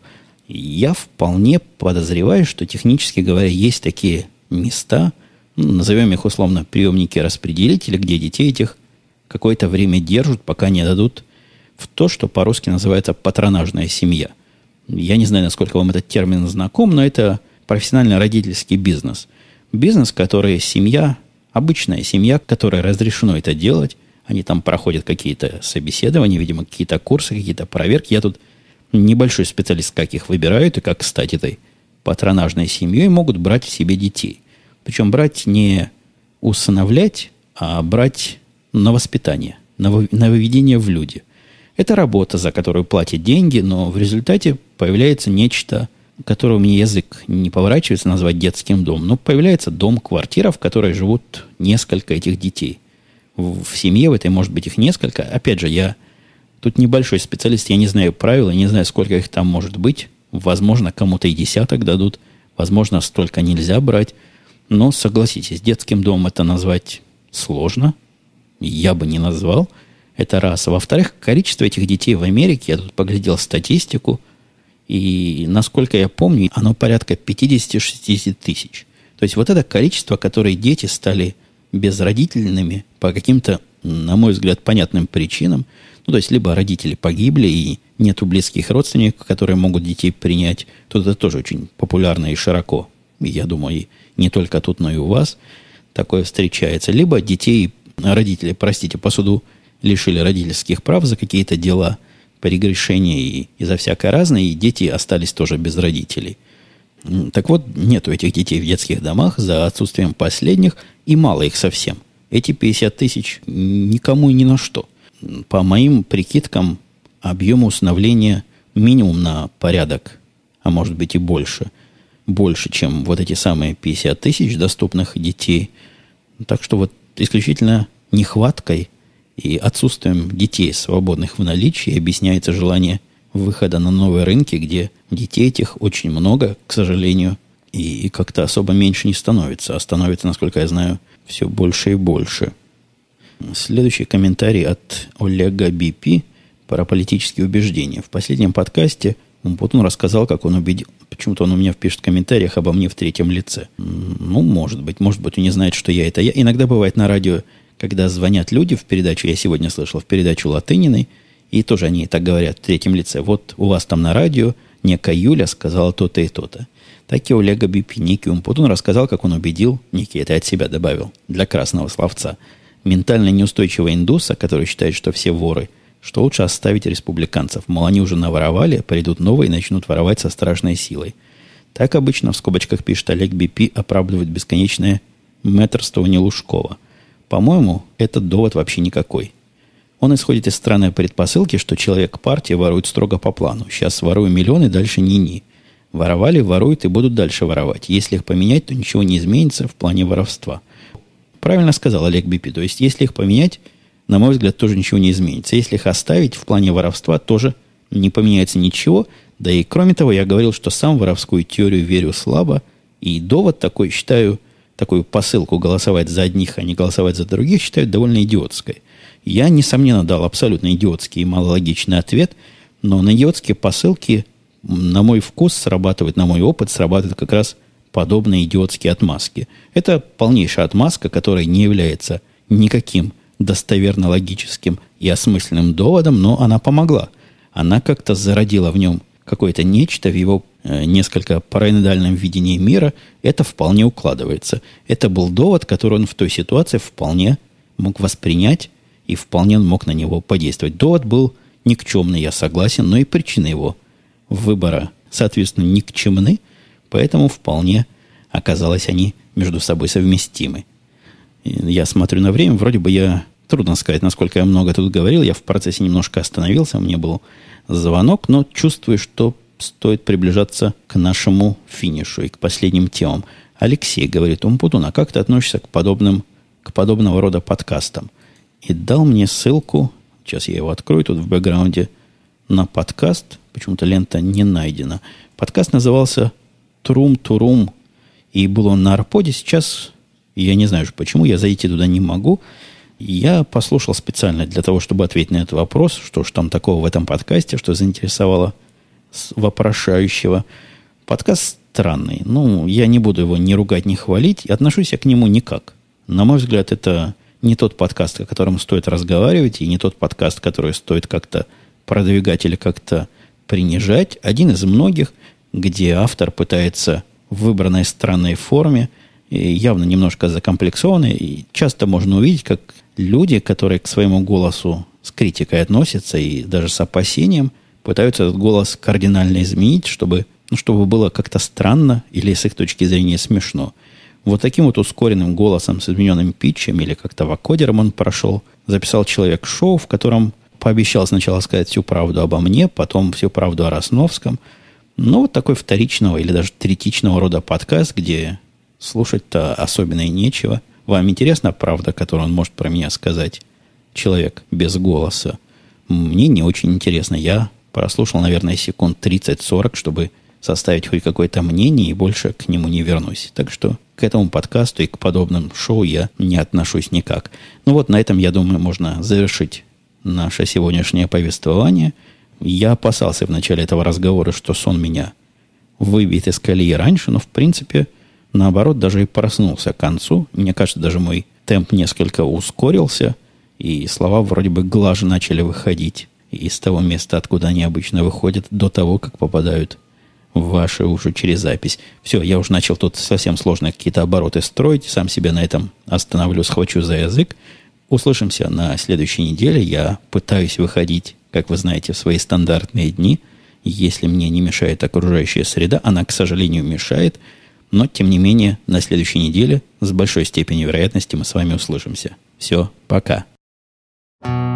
Я вполне подозреваю, что технически говоря, есть такие места, ну, назовем их условно приемники-распределители, где детей этих какое-то время держат, пока не дадут в то, что по-русски называется патронажная семья. Я не знаю, насколько вам этот термин знаком, но это профессионально-родительский бизнес. Бизнес, который семья, обычная семья, которой разрешено это делать. Они там проходят какие-то собеседования, видимо, какие-то курсы, какие-то проверки. Я тут небольшой специалист, как их выбирают и как стать этой патронажной семьей, могут брать в себе детей. Причем брать не усыновлять, а брать на воспитание, на выведение в люди. Это работа, за которую платят деньги, но в результате появляется нечто, которое у меня язык не поворачивается назвать детским домом, но появляется дом-квартира, в которой живут несколько этих детей. В, в семье в этой может быть их несколько. Опять же, я тут небольшой специалист, я не знаю правил, я не знаю, сколько их там может быть. Возможно, кому-то и десяток дадут, возможно, столько нельзя брать. Но, согласитесь, детским домом это назвать сложно. Я бы не назвал. Это раз. Во-вторых, количество этих детей в Америке, я тут поглядел статистику, и, насколько я помню, оно порядка пятьдесят-шестьдесят тысяч. То есть, вот это количество, которое дети стали безродительными по каким-то, на мой взгляд, понятным причинам. Ну, то есть, либо родители погибли, и нету близких родственников, которые могут детей принять. Тут это тоже очень популярно и широко. Я думаю, и не только тут, но и у вас такое встречается. Либо детей, родители, простите, по суду лишили родительских прав за какие-то дела, прегрешения и, и за всякое разное, и дети остались тоже без родителей. Так вот, нету этих детей в детских домах за отсутствием последних, и мало их совсем. Эти пятьдесят тысяч никому и ни на что. По моим прикидкам, объем усыновления минимум на порядок, а может быть и больше, больше, чем вот эти самые пятьдесят тысяч доступных детей. Так что вот исключительно нехваткой и отсутствием детей, свободных в наличии, объясняется желание выхода на новые рынки, где детей этих очень много, к сожалению, и, и как-то особо меньше не становится, а становится, насколько я знаю, все больше и больше. Следующий комментарий от Олега Би Пи про политические убеждения. В последнем подкасте Умпутун рассказал, как он убедил... Почему-то он у меня пишет в комментариях обо мне в третьем лице. Ну, может быть. Может быть, он не знает, что я это я. Иногда бывает на радио, когда звонят люди в передачу, я сегодня слышал, в передачу Латыниной, и тоже они так говорят в третьем лице. Вот у вас там на радио некая Юля сказала то-то и то-то. Так и Олега Би Пи, некий Умпутун рассказал, как он убедил, некий это от себя добавил, для красного словца, ментально неустойчивого индуса, который считает, что все воры, что лучше оставить республиканцев. Мол, они уже наворовали, придут новые и начнут воровать со страшной силой. Так обычно в скобочках пишет Олег Би Пи, оправдывает бесконечное мэтрствование Лужкова. По-моему, этот довод вообще никакой. Он исходит из странной предпосылки, что человек партии ворует строго по плану. Сейчас ворую миллионы, дальше ни-ни. Воровали, воруют и будут дальше воровать. Если их поменять, то ничего не изменится в плане воровства. Правильно сказал Олег Би Пи. То есть, если их поменять, на мой взгляд, тоже ничего не изменится. Если их оставить в плане воровства, тоже не поменяется ничего. Да и кроме того, я говорил, что сам в воровскую теорию верю слабо. И довод такой считаю, такую посылку голосовать за одних, а не голосовать за других, считаю довольно идиотской. Я, несомненно, дал абсолютно идиотский и малологичный ответ, но на идиотские посылки, на мой вкус, срабатывают, на мой опыт, срабатывают как раз подобные идиотские отмазки. Это полнейшая отмазка, которая не является никаким достоверно логическим и осмысленным доводом, но она помогла. Она как-то зародила в нем какое-то нечто, в его э, несколько параноидальном видении мира. Это вполне укладывается. Это был довод, который он в той ситуации вполне мог воспринять и вполне мог на него подействовать. Довод был никчемный, я согласен, но и причины его выбора, соответственно, никчемны, поэтому вполне оказалось они между собой совместимы. Я смотрю на время, вроде бы я, трудно сказать, насколько я много тут говорил, я в процессе немножко остановился, мне был звонок, но чувствую, что стоит приближаться к нашему финишу и к последним темам. Алексей говорит: Умпутун, а как ты относишься к подобным, к подобного рода подкастам? И дал мне ссылку, сейчас я его открою тут в бэкграунде, на подкаст, почему-то лента не найдена. Подкаст назывался «Трум Турум», и был он на Арподе. Сейчас, я не знаю почему, я зайти туда не могу. Я послушал специально для того, чтобы ответить на этот вопрос, что же там такого в этом подкасте, что заинтересовало вопрошающего. Подкаст странный. Ну, я не буду его ни ругать, ни хвалить. Отношусь я к нему никак. На мой взгляд, это не тот подкаст, о котором стоит разговаривать, и не тот подкаст, который стоит как-то продвигать или как-то принижать. Один из многих, где автор пытается в выбранной странной форме, и явно немножко закомплексованный, и часто можно увидеть, как люди, которые к своему голосу с критикой относятся и даже с опасением, пытаются этот голос кардинально изменить, чтобы, ну, чтобы было как-то странно или с их точки зрения смешно. Вот таким вот ускоренным голосом с измененным питчем или как-то вокодером он прошел, записал человек шоу, в котором пообещал сначала сказать всю правду обо мне, потом всю правду о Росновском. Ну, вот такой вторичного или даже третичного рода подкаст, где слушать-то особенно и нечего. Вам интересна правда, которую он может про меня сказать? Человек без голоса. Мне не очень интересно. Я прослушал, наверное, секунд тридцать-сорок, чтобы составить хоть какое-то мнение, и больше к нему не вернусь. Так что к этому подкасту и к подобным шоу я не отношусь никак. Ну вот на этом, я думаю, можно завершить наше сегодняшнее повествование. Я опасался в начале этого разговора, что сон меня выбьет из колеи раньше, но в принципе, наоборот, даже и проснулся к концу. Мне кажется, даже мой темп несколько ускорился, и слова вроде бы глаже начали выходить из того места, откуда они обычно выходят, до того, как попадают в ваши уши через запись. Все, я уже начал тут совсем сложные какие-то обороты строить, сам себя на этом остановлю, схвачу за язык. Услышимся на следующей неделе. Я пытаюсь выходить, как вы знаете, в свои стандартные дни, если мне не мешает окружающая среда. Она, к сожалению, мешает, но, тем не менее, на следующей неделе с большой степенью вероятности мы с вами услышимся. Все, пока.